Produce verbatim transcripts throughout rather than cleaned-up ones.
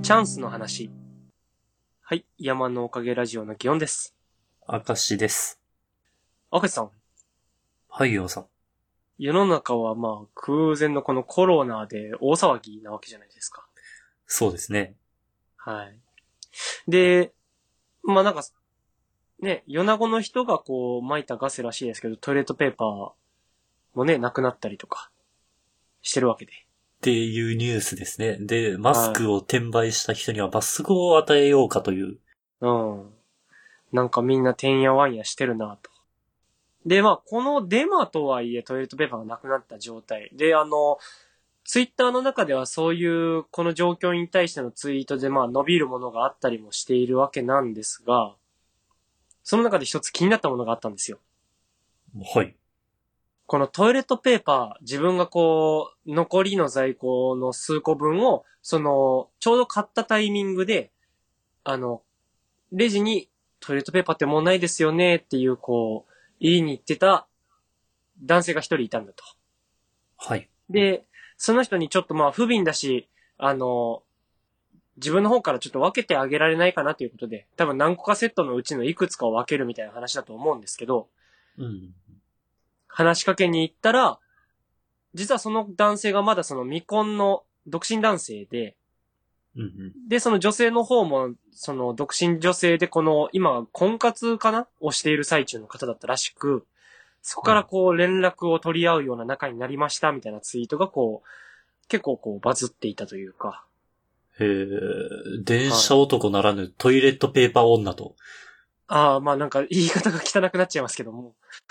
チャンスの話。はい、山のおかげラジオの祇園です。 明石です。 明石さん。 はい、ようさん。 世の中はまあ空前のこのコロナで大騒ぎなわけじゃないですか。 そうですね。 はい。で、まあなんか、ね、米子の人がこう撒いたガセらしいですけど、トイレットペーパーもね、なくなったりとかしてるわけで。 っていうニュースですね。で、マスはい。 クを転売した人には罰則を与えようかという。 うん。なんかみんなてんやわんやしてるなと。で、まあ、このデマとはいえトイレットペーパーがなくなった状態。で、あの、ツイッターの中ではそういうこの状況に対してのツイートでまあ伸びるものがあったりもしているわけなんですが、その中で一つ気になったものがあったんですよ。 はい。 このトイレットペーパー、自分がこう、残りの在庫の数個分を、その、ちょうど買ったタイミングで、あの、レジにトイレットペーパーってもうないですよねっていうこう、言いに行ってた男性が一人いたんだと。 はい。 で、その人にちょっとまあ不憫だし、あの、自分の方からちょっと分けてあげられないかなということで、多分何個かセットのうちのいくつかを分けるみたいな話だと思うんですけど、 うん。 話しかけに行ったら、実はその男性がまだその未婚の独身男性で、 うんうん。 で、その女性の方も、その独身女性でこの、今、婚活かなをしている最中の方だったらしく、そこからこう連絡を取り合うような仲になりましたみたいなツイートがこう、結構こうバズっていたというか。 へー、電はい。 車男ならぬトイレットペーパー女と。 ああ、まあなんか言い方が汚くなっちゃいますけども。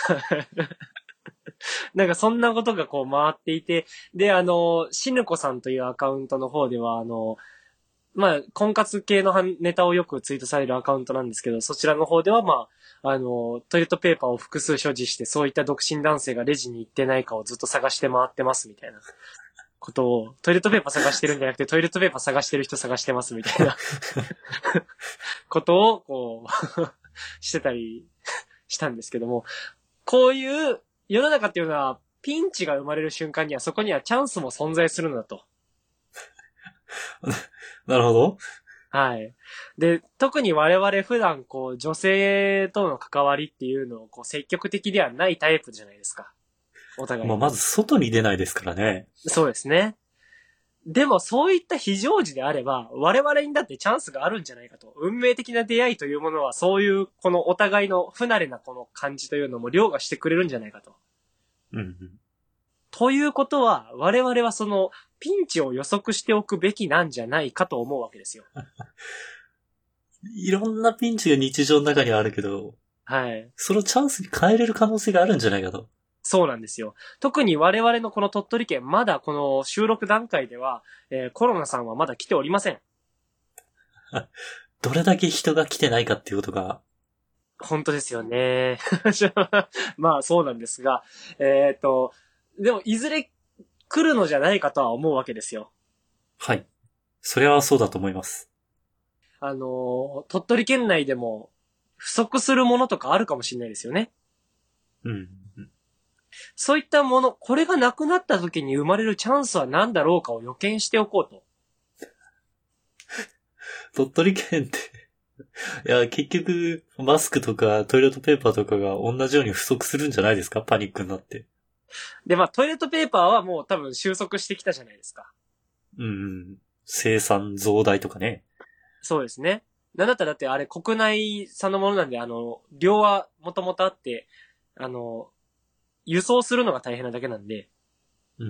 なんかそんなことがこう回っていて、で、あの、しぬこさんというアカウントの方では、あの、まあ、婚活系のネタをよくツイートされるアカウントなんですけど、そちらの方では、まあ、あの、トイレットペーパーを複数所持して、そういった独身男性がレジに行ってないかをずっと探して回ってますみたいなことを、トイレットペーパー探してるんじゃなくて、トイレットペーパー探してる人探してますみたいなことを、こうしてたりしたんですけども、こういう世の中っていうのは、ピンチが生まれる瞬間には、そこにはチャンスも存在するのだと。 なるほど。 はい。で、特に我々普段こう女性との関わりっていうのをこう積極的ではないタイプじゃないですか。お互まあ、 いに。 まず外に出ないですからね。 そうですね。でもそういった非常時であれば、我々にだってチャンスがあるんじゃないかと。運命的な出会いというものはそういうこのお互いの不慣れなこの感じというのも凌駕してくれるんじゃないかと。 うんうん。 ということは、我々はそのピンチを予測しておくべきなんじゃないかと思うわけですよ。 いろんなピンチが日常の中にはあるけど、 はい。 そのチャンスに変えれる可能性があるんじゃないかと。 そうなんですよ。特に我々のこの鳥取県、まだこの収録段階では、えーコロナさんはまだ来ておりません。 どれだけ人が来てないかっていうことが。 本当ですよね。まあそうなんですが、えっと、でもいずれ来るのじゃないかとは思うわけですよ。 はい。それはそうだと思います。 あの、鳥取県内でも不足するものとかあるかもしれないですよね。 うん。 そういったもの、これがなくなった時に生まれるチャンスは何だろうかを予見しておこうと。 鳥取県っていや、結局、マスクとかトイレットペーパーとかが同じように不足するんじゃないですか？パニックになって。 で、まあトイレットペーパーはもう多分収束してきたじゃないですか。 うん。生産増大とかね。 そうですね。なんだったらだってあれ国内産のものなんで、あの、量はもともとあって、あの、輸送するのが大変なだけなんで、 うん。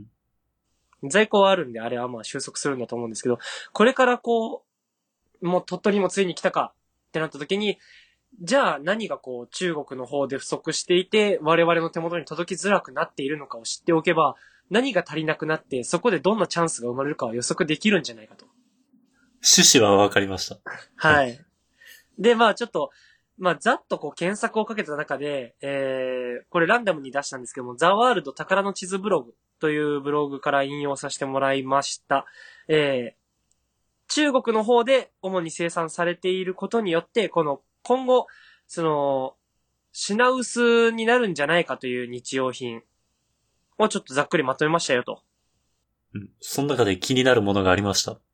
在庫はあるんで、あれはまあ収束するんだと思うんですけど、これからこう、もう鳥取もついに来たかってなった時に、じゃあ何がこう中国の方で不足していて、我々の手元に届きづらくなっているのかを知っておけば、何が足りなくなって、そこでどんなチャンスが生まれるかは予測できるんじゃないかと。 趣旨はわかりました。はい。 はい。で、まあちょっと、まあざっとこう検索をかけた中で、えー、これランダムに出したんですけども、ザワールド宝の地図ブログというブログから引用させてもらいました。えー、中国の方で主に生産されていることによって、この今後、その、品薄になるんじゃないかという日用品をちょっとざっくりまとめましたよと。 うん。その中で気になるものがありました。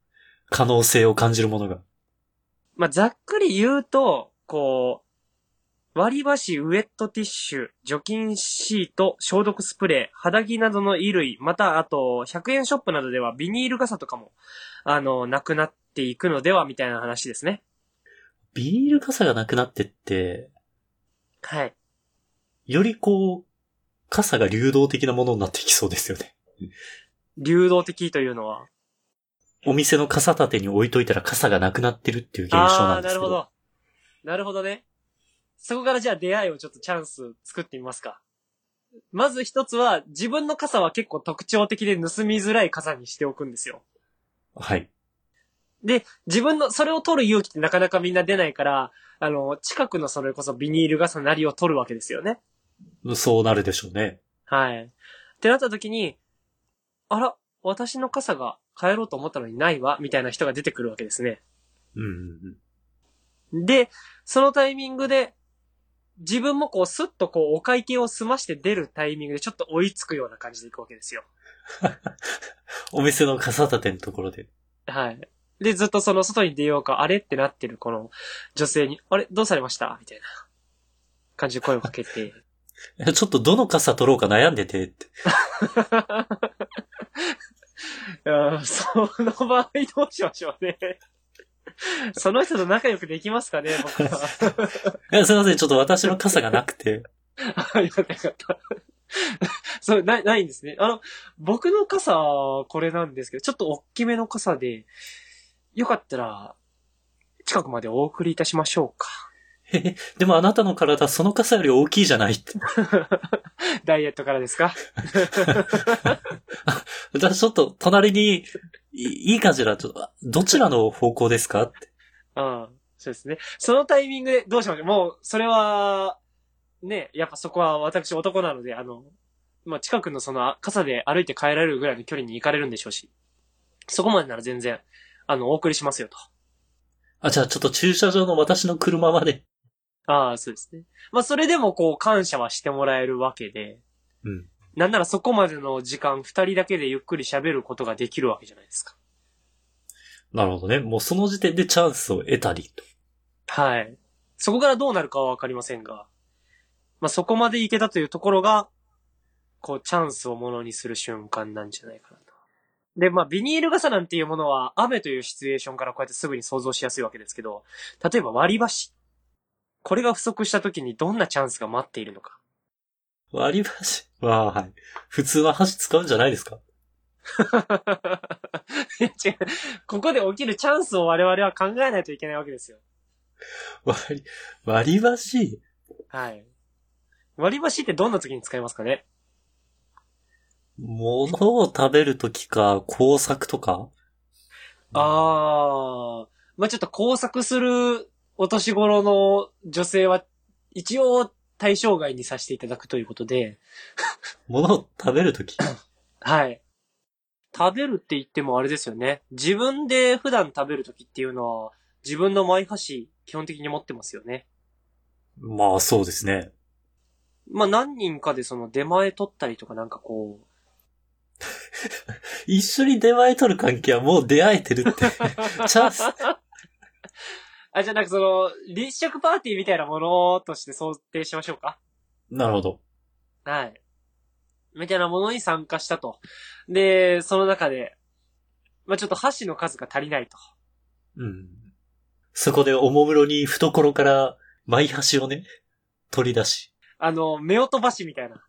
可能性を感じるものが。 まあ、ざっくり言うと、こう、割り箸、ウェットティッシュ、除菌シート、消毒スプレー、肌着などの衣類、また、あと、ひゃくえんショップなどではビニール傘とかも、あの、なくなっていくのでは、みたいな話ですね。 ビニール傘がなくなってって、 はい。 よりこう、傘が流動的なものになってきそうですよね。 流動的というのは。 お店の傘立てに置いといたら傘がなくなってるっていう現象なんですけど。 あー、なるほど。なるほどね。そこからじゃあ出会いをちょっとチャンス作ってみますか。まず一つは、自分の傘は結構特徴的で盗みづらい傘にしておくんですよ。 はい。 で、自分の、それを取る勇気ってなかなかみんな出ないから、あの、近くのそれこそビニール傘なりを取るわけですよね。 そうなるでしょうね。 はい。ってなった時に、あら、私の傘が帰ろうと思ったのにないわ、みたいな人が出てくるわけですね。 うんうんうん。で、そのタイミングで、自分もこうスッとこうお会計を済まして出るタイミングでちょっと追いつくような感じで行くわけですよ。 お店の傘立てのところで。 はい。で、ずっとその外に出ようか、あれってなってるこの女性に、あれどうされましたみたいな感じで声をかけて。 ちょっとどの傘取ろうか悩んでてって。 いやその場合どうしましょうね。その人と仲良くできますかね僕は。 いや、すいません、ちょっと私の傘がなくて。 あ、よかったよかった。そう、ない、ないんですね。あの、僕の傘、これなんですけど、ちょっと大きめの傘で、よかったら、近くまでお送りいたしましょうか。 え、でもあなたの体その傘より大きいじゃないって。 ダイエットからですか？ 私ちょっと隣にいい感じだと、どちらの方向ですかって。 うん。そうですね。そのタイミングでどうしましょう。もう、それは、ね、やっぱそこは私男なので、あの、まあ、近くのその傘で歩いて帰られるぐらいの距離に行かれるんでしょうし、そこまでなら全然、あの、お送りしますよと。 あ、じゃあちょっと駐車場の私の車まで。 ああ、そうですね。まあ、それでもこう、感謝はしてもらえるわけで、 うん。 なんならそこまでの時間、二人だけでゆっくり喋ることができるわけじゃないですか。 なるほどね。もうその時点でチャンスを得たりと。 はい。そこからどうなるかはわかりませんが、まあ、そこまでいけたというところが、こう、チャンスをものにする瞬間なんじゃないかなと。で、まあ、ビニール傘なんていうものは、雨というシチュエーションからこうやってすぐに想像しやすいわけですけど、例えば割り箸。これが不足した時にどんなチャンスが待っているのか。 割り箸は、はい。普通は箸使うんじゃないですか？ いや違う。ここで起きるチャンスを我々は考えないといけないわけですよ。 割り、割り箸はい。割り箸ってどんな時に使いますかね？ 物を食べるときか、工作とか。 あー。まあ、ちょっと工作するお年頃の女性は、一応対象外にさせていただくということで。 物を食べるとき。 はい。食べるって言ってもあれですよね。自分で普段食べるときっていうのは、自分のマイ箸、基本的に持ってますよね。 まあそうですね。 まあ何人かでその出前取ったりとかなんかこう。 一緒に出前取る関係はもう出会えてるって。チャンス。 あ、じゃあなんかその、立食パーティーみたいなものとして想定しましょうか。 なるほど。 はい。みたいなものに参加したと。で、その中で、まあちょっと箸の数が足りないと。 うん。そこでおもむろに懐から舞箸をね、取り出し。 あの、目音箸みたいな。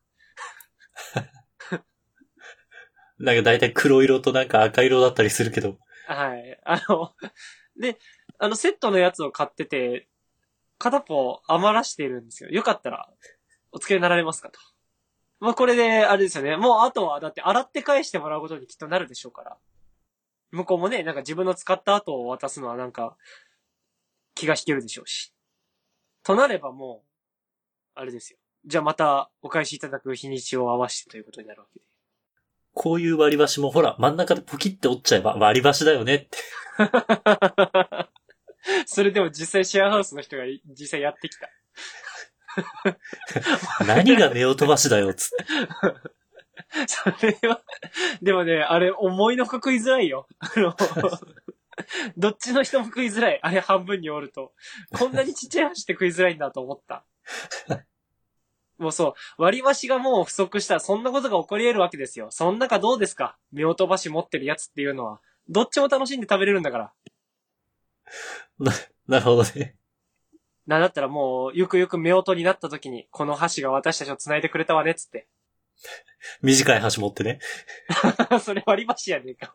なんかだいたい黒色となんか赤色だったりするけど。 はい。あの、で、あの、セットのやつを買ってて、片方余らしているんですよ。よかったら、お付けになられますかと。まあ、これで、あれですよね。もう、あとは、だって、洗って返してもらうことにきっとなるでしょうから。向こうもね、なんか自分の使った後を渡すのはなんか、気が引けるでしょうし。となればもう、あれですよ。じゃあまた、お返しいただく日にちを合わせてということになるわけで。 こういう割り箸もほら、真ん中でポキって折っちゃえば割り箸だよねって。 それでも実際シェアハウスの人が実際やってきた。 何が目を飛ばしだよ、つって。 それは、でもね、あれ思いのほか食いづらいよ。あの、 どっちの人も食いづらい。あれ半分に折ると。こんなにちっちゃい箸って食いづらいんだと思った。もうそう、割り箸がもう不足したらそんなことが起こり得るわけですよ。そん中どうですか？夫婦箸持ってるやつっていうのは。どっちも楽しんで食べれるんだから。 な、なるほどね。 なんだったらもう、ゆくゆく夫婦になった時に、この箸が私たちを繋いでくれたわねっつって。 短い箸持ってね。 それ割り箸やねえか。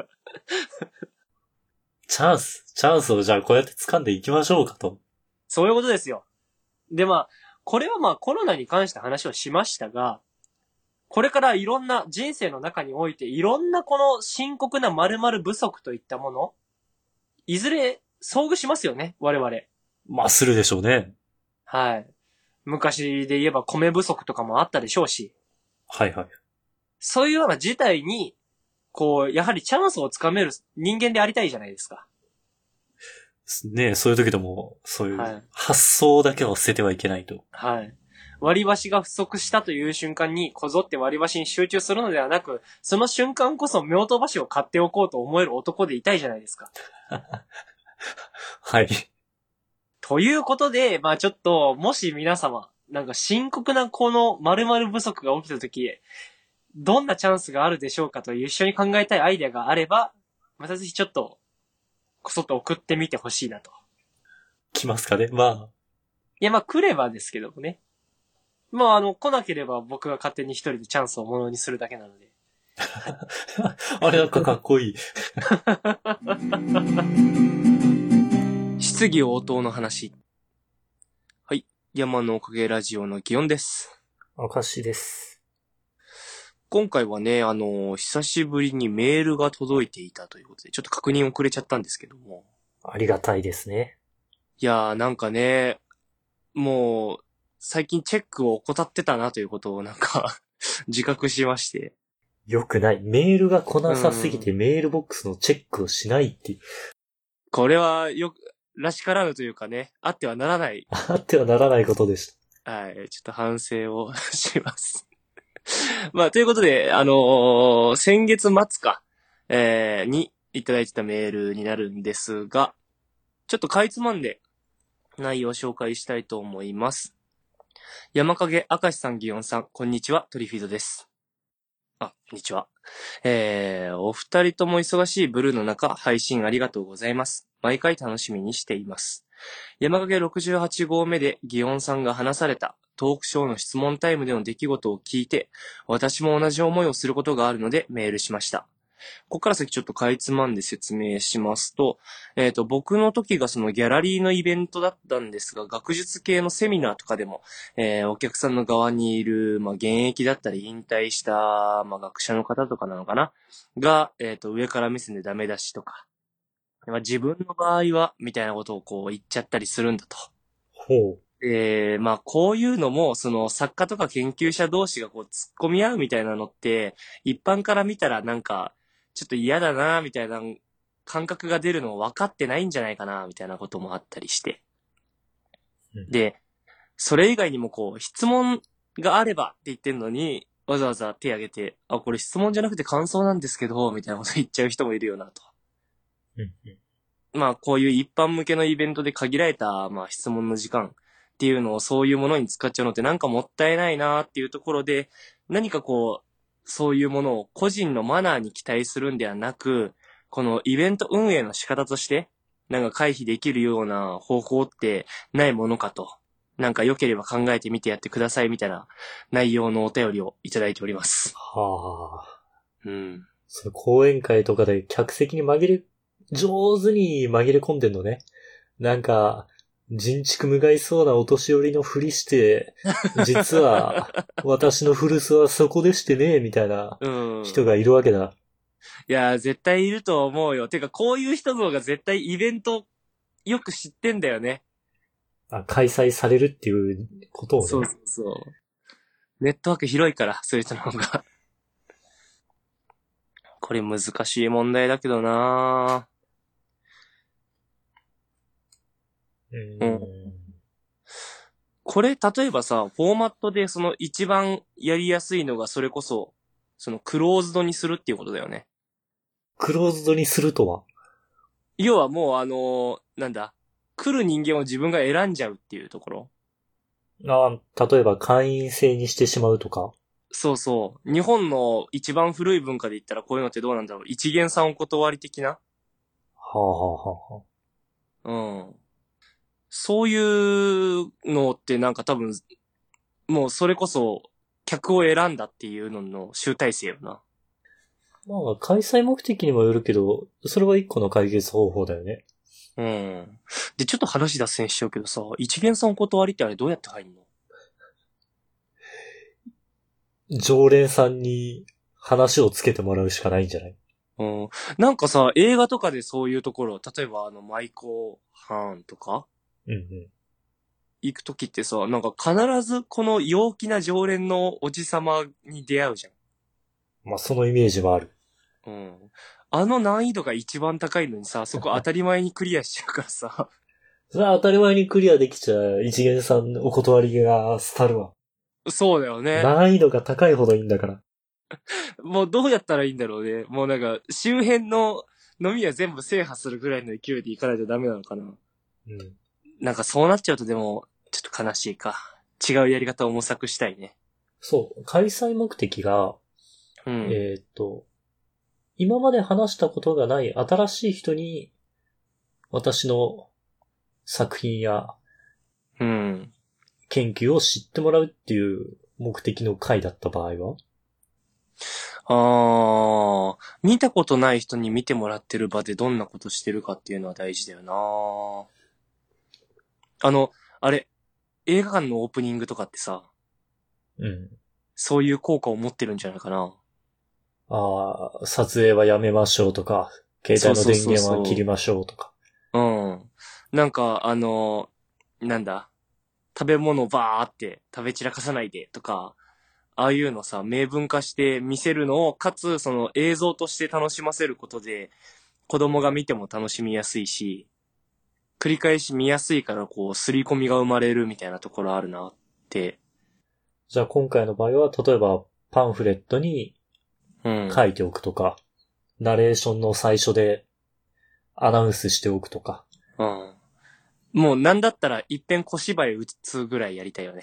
チャンス、チャンスをじゃあこうやって掴んでいきましょうかと。 そういうことですよ。でまあ、これはまあコロナに関して話をしましたが、これからいろんな人生の中においていろんなこの深刻な〇〇不足といったもの、いずれ遭遇しますよね、我々。 まあ、するでしょうね。 はい。昔で言えば米不足とかもあったでしょうし。 はいはい。 そういうような事態に、こう、やはりチャンスをつかめる人間でありたいじゃないですか。 ねえ、そういう時でも、そういはいう発想だけは捨ててはいけないと。 はい。割り箸が不足したという瞬間にこぞって割り箸に集中するのではなく、その瞬間こそ夫婦箸を買っておこうと思える男でいたいじゃないですか。 はい。 ということで、まあちょっと、もし皆様、なんか深刻なこの〇〇不足が起きた時、どんなチャンスがあるでしょうかと一緒に考えたいアイデアがあれば、またぜひちょっと、こそっと送ってみてほしいなと。 来ますかね。まあ。 いや、まあ来ればですけどもね。まああの、来なければ僕が勝手に一人でチャンスをものにするだけなので。 あれなんかかっこいい。 質疑応答の話。はい。山のおかげラジオの祇園です。 明石です。 今回はね、あの、久しぶりにメールが届いていたということで、ちょっと確認遅れちゃったんですけども。 ありがたいですね。 いやー、なんかね、もう、最近チェックを怠ってたなということをなんか、自覚しまして。 よくない。メールが来なさすぎてメールボックスのチェックをしないっていう。 これはよく、らしからぬというかね、あってはならない。 あってはならないことでした。 はい、ちょっと反省をします。まあ、ということで、あのー、先月末か、えー、にいただいてたメールになるんですが、ちょっとかいつまんで内容を紹介したいと思います。山影明石さん、祇園さん、こんにちは、トリフィードです。あ、こんにちは。えー、お二人とも忙しいブルーの中、配信ありがとうございます。毎回楽しみにしています。山影ろくじゅうはち号目で祇園さんが話されたトークショーの質問タイムでの出来事を聞いて、私も同じ思いをすることがあるのでメールしました。ここから先ちょっとかいつまんで説明しますと、えっと、僕の時がそのギャラリーのイベントだったんですが、学術系のセミナーとかでも、えー、お客さんの側にいる、まあ、現役だったり引退した、まあ、学者の方とかなのかなが、えっと、上から目線でダメ出しとか、まあ、自分の場合は、みたいなことをこう言っちゃったりするんだと。 ほう。 えー、まあ、こういうのも、その、作家とか研究者同士がこう、突っ込み合うみたいなのって、一般から見たらなんか、ちょっと嫌だな、みたいな感覚が出るのを分かってないんじゃないかな、みたいなこともあったりして。 うん、 で、それ以外にもこう、質問があればって言ってんのに、わざわざ手挙げて、あ、これ質問じゃなくて感想なんですけど、みたいなこと言っちゃう人もいるよな、と。 うんうん、 まあ、こういう一般向けのイベントで限られた、まあ、質問の時間っていうのをそういうものに使っちゃうのってなんかもったいないなっていうところで、何かこう、そういうものを個人のマナーに期待するんではなく、このイベント運営の仕方として、なんか回避できるような方法ってないものかと。なんか良ければ考えてみてやってくださいみたいな内容のお便りをいただいております。 はあ。 うん。 それ講演会とかで客席に紛れ、上手に紛れ込んでんのね。なんか、人畜無害そうなお年寄りのふりして、実は、私の古巣はそこでしてね、みたいな人がいるわけだ。うん、 いやー、絶対いると思うよ。てか、こういう人の方が絶対イベントよく知ってんだよね。 あ、開催されるっていうことをね。 そうそうそう。ネットワーク広いから、そういう人の方が。これ難しい問題だけどなうーん、うん。 これ、例えばさ、フォーマットでその一番やりやすいのがそれこそ、そのクローズドにするっていうことだよね。 クローズドにするとは？ 要はもうあのーなんだ、来る人間を自分が選んじゃうっていうところ。 ああ、例えば会員制にしてしまうとか。 そうそう。日本の一番古い文化で言ったらこういうのってどうなんだろう。一元さんお断り的な。 はあはあはあはあ。 うん。そういうのってなんか多分、もうそれこそ客を選んだっていうのの集大成よな。 まあ、開催目的にもよるけど、それは一個の解決方法だよね。 うん。で、ちょっと話脱線しちゃうけどさ、一元さんお断りってあれどうやって入るの？ 常連さんに話をつけてもらうしかないんじゃない？ うん。なんかさ、映画とかでそういうところ、例えばあの、マイコー・ハーンとかうんうん。 行くときってさ、なんか必ずこの陽気な常連のおじさまに出会うじゃん。 まあ、そのイメージはある。 うん。あの難易度が一番高いのにさ、そこ当たり前にクリアしちゃうからさ。 それは当たり前にクリアできちゃう一元さんお断りが廃るわ。 そうだよね。 難易度が高いほどいいんだから。 もうどうやったらいいんだろうね。もうなんか、周辺の飲みは全部制覇するぐらいの勢いで行かないとダメなのかな。 うん。 なんかそうなっちゃうとでも、ちょっと悲しいか。違うやり方を模索したいね。 そう。開催目的が、 うん。 えーっと、今まで話したことがない新しい人に、私の作品やうん。 研究を知ってもらうっていう目的の回だった場合は？ あー、見たことない人に見てもらってる場でどんなことしてるかっていうのは大事だよな。あの、あれ、映画館のオープニングとかってさ、 うん。 そういう効果を持ってるんじゃないかな。 ああ、撮影はやめましょうとか、携帯の電そうそうそうそ源は切りましょうとか。 う。うん。なんか、あの、なんだ、食べ物バーって食べ散らかさないでとか、ああいうのさ、明文化して見せるのを、かつその映像として楽しませることで、子供が見ても楽しみやすいし、繰り返し見やすいからこう、刷り込みが生まれるみたいなところあるなって。 じゃあ今回の場合は、例えばパンフレットにうん。 書いておくとか、ナレーションの最初でアナウンスしておくとか。 うん。もうなんだったら一遍小芝居打つぐらいやりたいよね。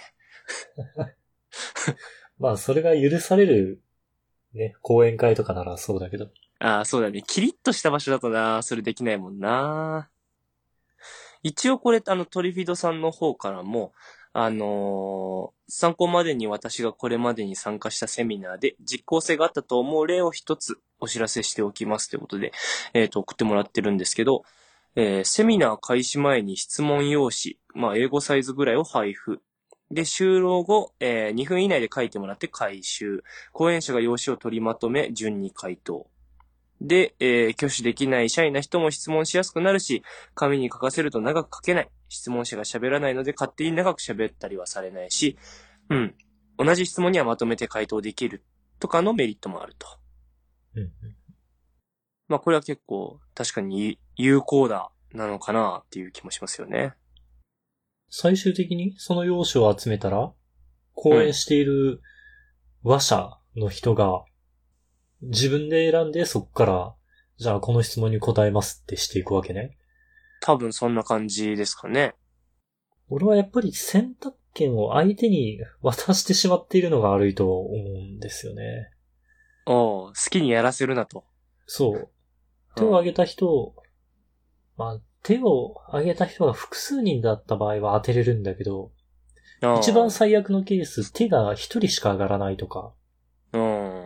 まあそれが許されるね、講演会とかならそうだけど。 ああ、そうだね。キリッとした場所だとな、それできないもんな。一応これ、あの、トリフィドさんの方からも、あのー参考までに私がこれまでに参加したセミナーで実効性があったと思う例を一つお知らせしておきますということで、えっ、と、送ってもらってるんですけど、えーセミナー開始前に質問用紙、まあ、英語サイズぐらいを配布。で、終了後、えーにふん以内で書いてもらって回収。講演者が用紙を取りまとめ、順に回答。で、えー挙手できないシャイな人も質問しやすくなるし、紙に書かせると長く書けない。質問者が喋らないので勝手に長く喋ったりはされないし、うん。同じ質問にはまとめて回答できるとかのメリットもあると。 うんうん、 まあこれは結構確かに有効だなのかなっていう気もしますよね。 最終的にその要素を集めたら、講演うん。 している話者の人が自分で選んでそこから、じゃあこの質問に答えますってしていくわけね。 多分そんな感じですかね。 俺はやっぱり選択権を相手に渡してしまっているのが悪いと思うんですよね。 おう好きにやらせるなと。 そう。手をうん、 挙げた人、まあ、手を挙げた人が複数人だった場合は当てれるんだけど、一番最悪のケース、手が一人しか上がらないとか、 うん。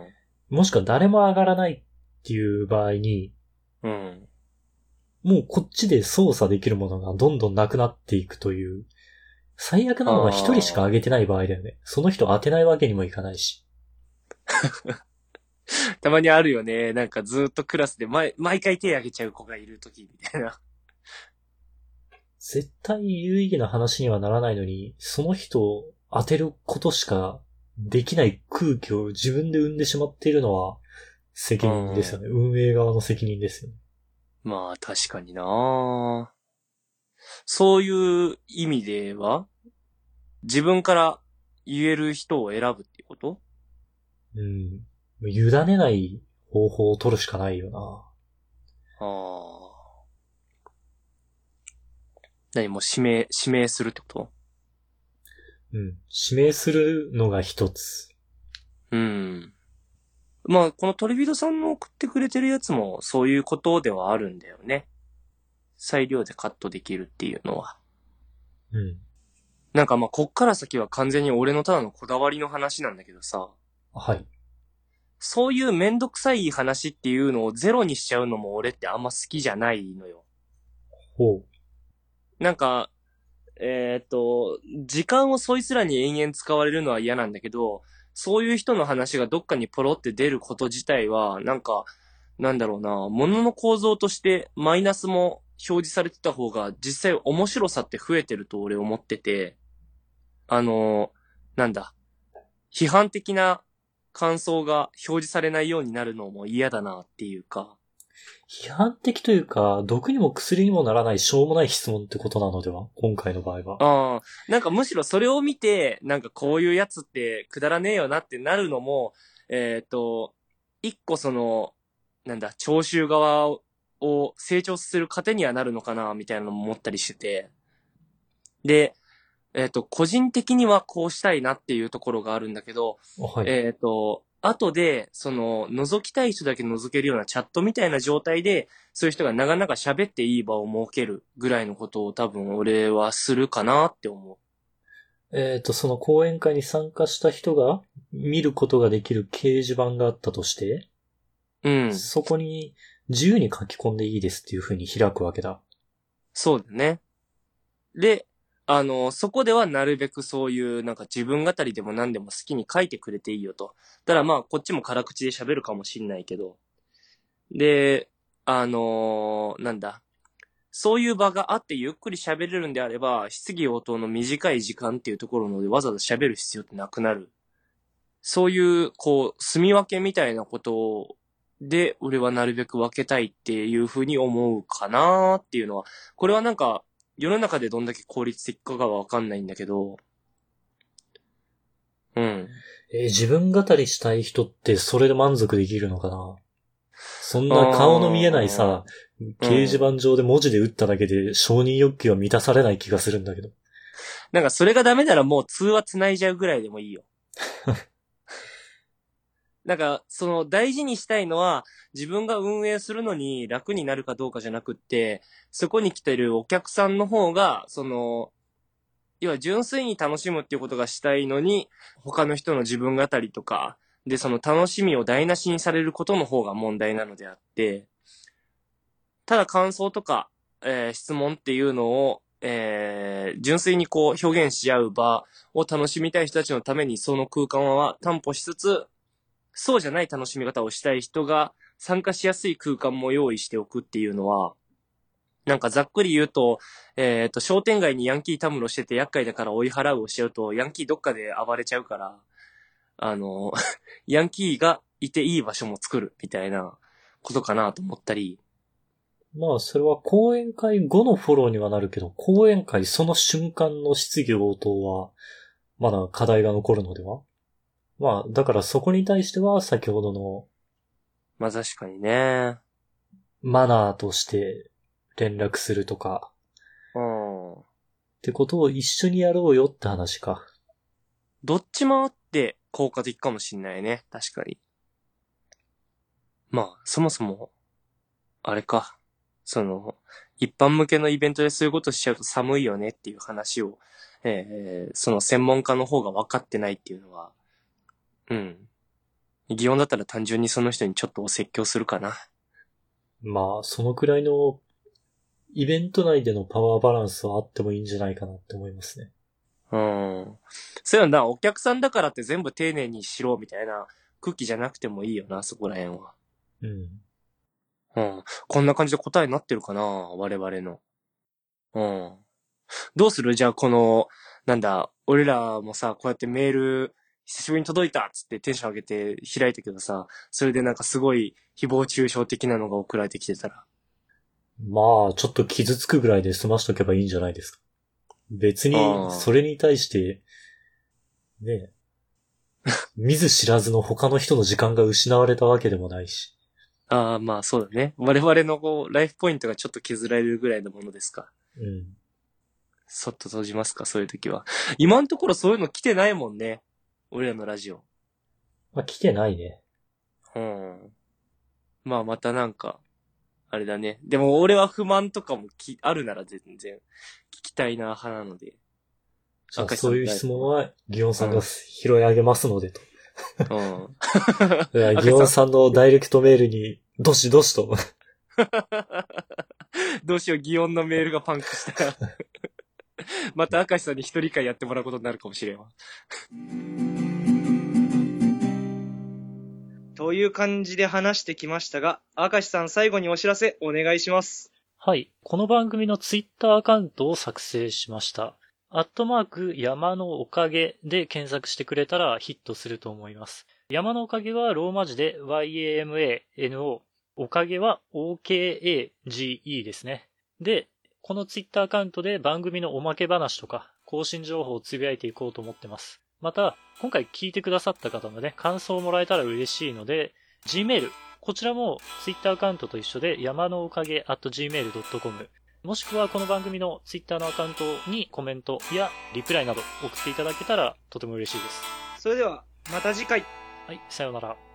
もしくは誰も上がらないっていう場合に、 うん。 もうこっちで操作できるものがどんどんなくなっていくという、最悪なのは一人しか上げてない場合だよね。その人当てないわけにもいかないし。 たまにあるよね。なんかずっとクラスで毎毎回手挙げちゃう子がいるときみたいな。 絶対有意義な話にはならないのに、その人を当てることしかできない空気を自分で生んでしまっているのは責任ですよね。運営側の責任ですよね。 まあ確かにな。そういう意味では、自分から言える人を選ぶっていうこと？ うん。委ねない方法を取るしかないよな。 ああ。 何もう指名、指名するってこと？ うん。指名するのが一つ。 うん。まあ、このトリビドさんの送ってくれてるやつもそういうことではあるんだよね。裁量でカットできるっていうのは。 うん。 なんかまあ、こっから先は完全に俺のただのこだわりの話なんだけどさ。 はい。 そういうめんどくさい話っていうのをゼロにしちゃうのも俺ってあんま好きじゃないのよ。 ほう。 なんか、えーっと、時間をそいつらに延々使われるのは嫌なんだけど、そういう人の話がどっかにポロって出ること自体は、なんか、なんだろうな、物の構造としてマイナスも表示されてた方が実際面白さって増えてると俺思ってて、あの、なんだ、批判的な感想が表示されないようになるのも嫌だなっていうか。 批判的というか、毒にも薬にもならないしょうもない質問ってことなのでは？今回の場合は。 ああ、なんかむしろそれを見て、なんかこういうやつってくだらねえよなってなるのも、えっと、一個その、なんだ、聴衆側を成長する糧にはなるのかな、みたいなのも思ったりしてて。で、えっと、個人的にはこうしたいなっていうところがあるんだけど、 はい。 えっと、後で、その、覗きたい人だけ覗けるようなチャットみたいな状態で、そういう人がなかなか喋っていい場を設けるぐらいのことを多分俺はするかなって思えっと、その講演会に参加した人が見ることができる掲示板があったとして、 う。うん。 そこに自由に書き込んでいいですっていう風に開くわけだ。 そうだね。で、あの、そこではなるべくそういうなんか自分語りでも何でも好きに書いてくれていいよと。ただまあこっちも辛口で喋るかもしんないけど。で、あのーなんだ。そういう場があってゆっくり喋れるんであれば、質疑応答の短い時間っていうところのでわざわざ喋る必要ってなくなる。そういう、こう、住み分けみたいなことで、俺はなるべく分けたいっていうふうに思うかなっていうのは、これはなんか、世の中でどんだけ効率的かがわかんないんだけど、うん。 えー自分語りしたい人ってそれで満足できるのかな？そんあな顔の見えないさ、 ー掲示板上で文字で打っただけで承認欲求は満たされない気がするんだけど。 なんかそれがダメならもう通話繋いじゃうぐらいでもいいよ。なんか、その大事にしたいのは、自分が運営するのに楽になるかどうかじゃなくって、そこに来てるお客さんの方が、その、要は純粋に楽しむっていうことがしたいのに、他の人の自分語りとか、で、その楽しみを台無しにされることの方が問題なのであって、ただ感想とか、えー質問っていうのを、えー純粋にこう表現し合う場を楽しみたい人たちのためにその空間は担保しつつ、そうじゃない楽しみ方をしたい人が参加しやすい空間も用意しておくっていうのは、なんかざっくり言うと、えっと、商店街にヤンキーたむろしてて厄介だから追い払うをしちゃうと、ヤンキーどっかで暴れちゃうから、あの、ヤンキーがいていい場所も作るみたいなことかなと思ったり、 まあ、それは講演会後のフォローにはなるけど、講演会その瞬間の質疑応答は、まだ課題が残るのでは？まあ、だからそこに対しては先ほどのまあ確かにね。 マナーとして連絡するとか、 うん。 ってことを一緒にやろうよって話か。 どっちもあって効果的かもしんないね。確かに。まあ、そもそも、あれか。その、一般向けのイベントでそういうことしちゃうと寒いよねっていう話を、えー、その専門家の方が分かってないっていうのは、うん。擬音だったら単純にその人にちょっとお説教するかな。 まあ、そのくらいのイベント内でのパワーバランスはあってもいいんじゃないかなって思いますね。 うん。そういうのだ、お客さんだからって全部丁寧にしろみたいな空気じゃなくてもいいよな、そこら辺は。 うん。 うん。こんな感じで答えになってるかな、我々の。うん。どうする？じゃあこの、なんだ、俺らもさ、こうやってメール、久しぶりに届いたっつってテンション上げて開いたけどさ、それでなんかすごい誹謗中傷的なのが送られてきてたら。 まあ、ちょっと傷つくぐらいで済ましとけばいいんじゃないですか。別に、 ああ。 それに対して、ね、見ず知らずの他の人の時間が失われたわけでもないし。 ああ、まあそうだね。我々のこう、ライフポイントがちょっと削られるぐらいのものですか。 うん。 そっと閉じますか、そういう時は。今のところそういうの来てないもんね。俺らのラジオ。 まあ、来てないね。 うん。まあまたなんか、あれだね。でも俺は不満とかもきあるなら全然聞きたいな派なので。 じゃあ明石さんそういう質問は、ギオンさんがうん拾い上げますのでと。 うん。 だからギオンさんのダイレクトメールに、どしどしと。 どうしよう、擬音のメールがパンクしたら。また明石さんに一人会やってもらうことになるかもしれんわ。という感じで話してきましたが、明石さん最後にお知らせお願いします。 はい。この番組のツイッターアカウントを作成しました。アットマーク山のおかげで検索してくれたらヒットすると思います。山のおかげはローマ字で ワイエーエムエーエヌオー。おかげは オーケーエージーイー ですね。で、このツイッターアカウントで番組のおまけ話とか更新情報をつぶやいていこうと思ってます。また、今回聞いてくださった方のね、感想をもらえたら嬉しいので、Gmail、こちらもツイッターアカウントと一緒で山のおかげ アットジーメールドットコム もしくはこの番組のツイッターのアカウントにコメントやリプライなど送っていただけたらとても嬉しいです。 それでは、また次回。 はい、さようなら。